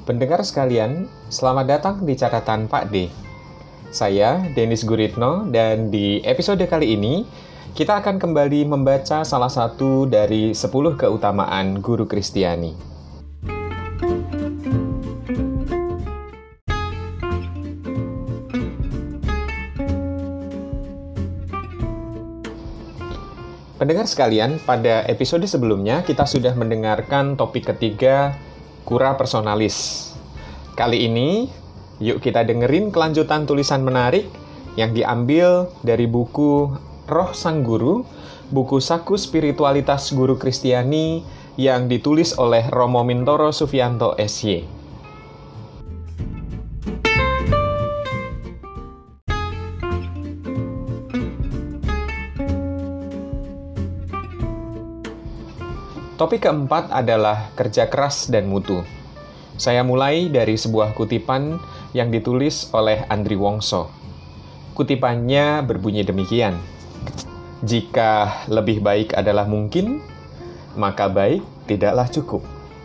Pendengar sekalian, selamat datang di catatan Pak D. Saya Denis Guritno dan di episode kali ini kita akan kembali membaca salah satu dari 10 keutamaan guru Kristiani. Pendengar sekalian, pada episode sebelumnya kita sudah mendengarkan topik ketiga, Cura Personalis. Kali ini, yuk kita dengerin kelanjutan tulisan menarik yang diambil dari buku Roh Sang Guru, buku saku spiritualitas guru Kristiani yang ditulis oleh Romo Mintoro Sufianto SY. Topik keempat adalah kerja keras dan mutu. Saya mulai dari sebuah kutipan yang ditulis oleh Andri Wongso. Kutipannya berbunyi demikian. Jika lebih baik adalah mungkin, maka baik tidaklah cukup.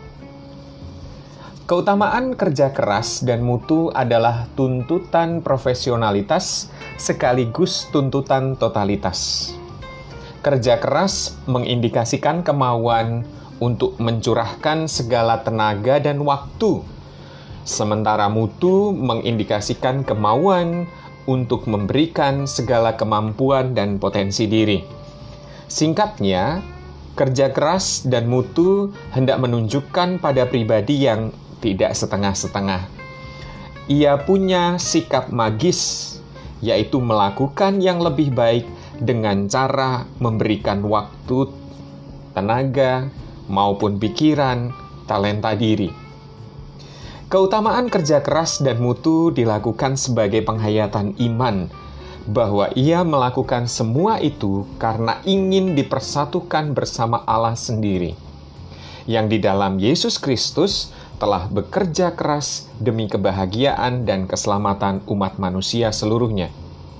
Keutamaan kerja keras dan mutu adalah tuntutan profesionalitas sekaligus tuntutan totalitas. Kerja keras mengindikasikan kemauan untuk mencurahkan segala tenaga dan waktu, sementara mutu mengindikasikan kemauan untuk memberikan segala kemampuan dan potensi diri. Singkatnya, kerja keras dan mutu hendak menunjukkan pada pribadi yang tidak setengah-setengah. Ia punya sikap magis, yaitu melakukan yang lebih baik dengan cara memberikan waktu, tenaga, maupun pikiran, talenta diri. Keutamaan kerja keras dan mutu dilakukan sebagai penghayatan iman, bahwa ia melakukan semua itu karena ingin dipersatukan bersama Allah sendiri, yang di dalam Yesus Kristus telah bekerja keras demi kebahagiaan dan keselamatan umat manusia seluruhnya.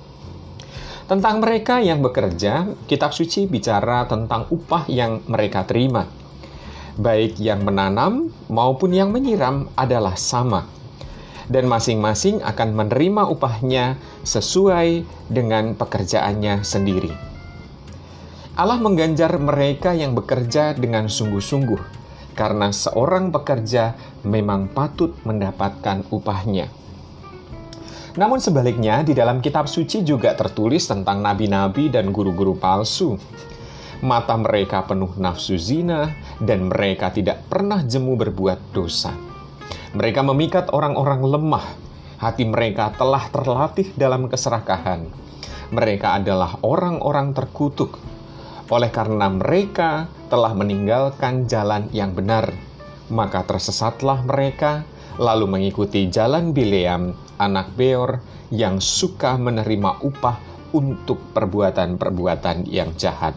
Tentang mereka yang bekerja, kitab suci bicara tentang upah yang mereka terima. Baik yang menanam maupun yang menyiram adalah sama, dan masing-masing akan menerima upahnya sesuai dengan pekerjaannya sendiri. Allah mengganjar mereka yang bekerja dengan sungguh-sungguh, karena seorang pekerja memang patut mendapatkan upahnya. Namun sebaliknya, di dalam kitab suci juga tertulis tentang nabi-nabi dan guru-guru palsu. Mata mereka penuh nafsu zina, dan mereka tidak pernah jemu berbuat dosa. Mereka memikat orang-orang lemah, hati mereka telah terlatih dalam keserakahan. Mereka adalah orang-orang terkutuk, oleh karena mereka telah meninggalkan jalan yang benar. Maka tersesatlah mereka, lalu mengikuti jalan Bileam, anak Beor, yang suka menerima upah untuk perbuatan-perbuatan yang jahat.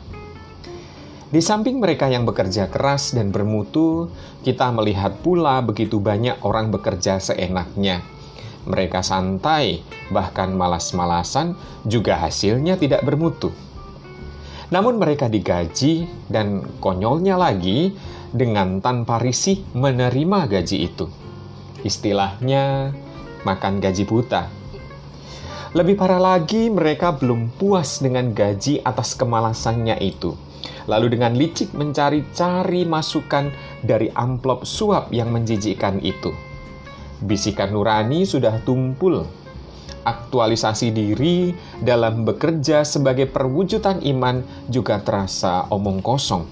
Di samping mereka yang bekerja keras dan bermutu, kita melihat pula begitu banyak orang bekerja seenaknya. Mereka santai, bahkan malas-malasan, juga hasilnya tidak bermutu. Namun mereka digaji, dan konyolnya lagi, dengan tanpa risih menerima gaji itu. Istilahnya, makan gaji buta. Lebih parah lagi, mereka belum puas dengan gaji atas kemalasannya itu. Lalu dengan licik mencari-cari masukan dari amplop suap yang menjijikkan itu. Bisikan nurani sudah tumpul. Aktualisasi diri dalam bekerja sebagai perwujudan iman juga terasa omong kosong.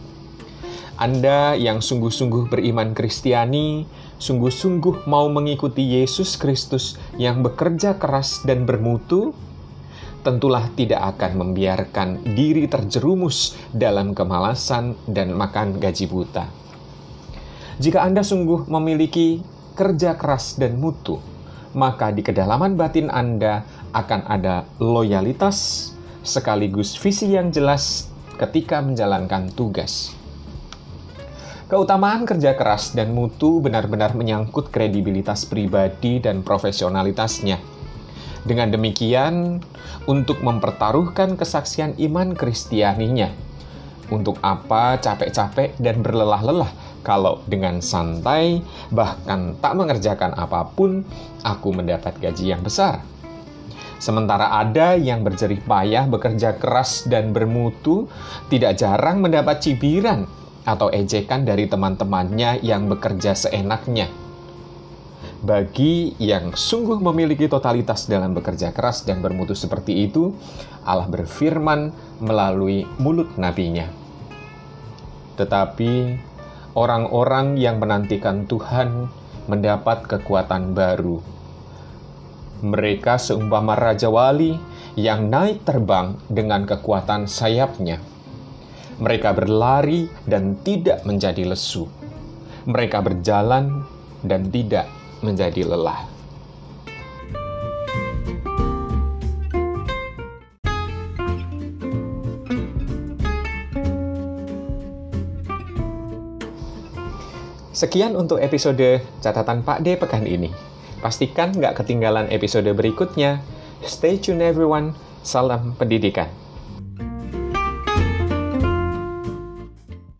Anda yang sungguh-sungguh beriman Kristiani, sungguh-sungguh mau mengikuti Yesus Kristus yang bekerja keras dan bermutu, tentulah tidak akan membiarkan diri terjerumus dalam kemalasan dan makan gaji buta. Jika Anda sungguh memiliki kerja keras dan mutu, maka di kedalaman batin Anda akan ada loyalitas sekaligus visi yang jelas ketika menjalankan tugas. Keutamaan kerja keras dan mutu benar-benar menyangkut kredibilitas pribadi dan profesionalitasnya. Dengan demikian, untuk mempertaruhkan kesaksian iman Kristianinya, untuk apa capek-capek dan berlelah-lelah kalau dengan santai, bahkan tak mengerjakan apapun, aku mendapat gaji yang besar. Sementara ada yang berjerih payah, bekerja keras dan bermutu, tidak jarang mendapat cibiran atau ejekan dari teman-temannya yang bekerja seenaknya. Bagi yang sungguh memiliki totalitas dalam bekerja keras dan bermutu seperti itu, Allah berfirman melalui mulut nabinya. Tetapi orang-orang yang menantikan Tuhan mendapat kekuatan baru. Mereka seumpama Raja Wali yang naik terbang dengan kekuatan sayapnya. Mereka berlari dan tidak menjadi lesu. Mereka berjalan dan tidak menjadi lelah. Sekian untuk episode catatan Pak D pekan ini. Pastikan nggak ketinggalan episode berikutnya. Stay tune everyone. Salam pendidikan.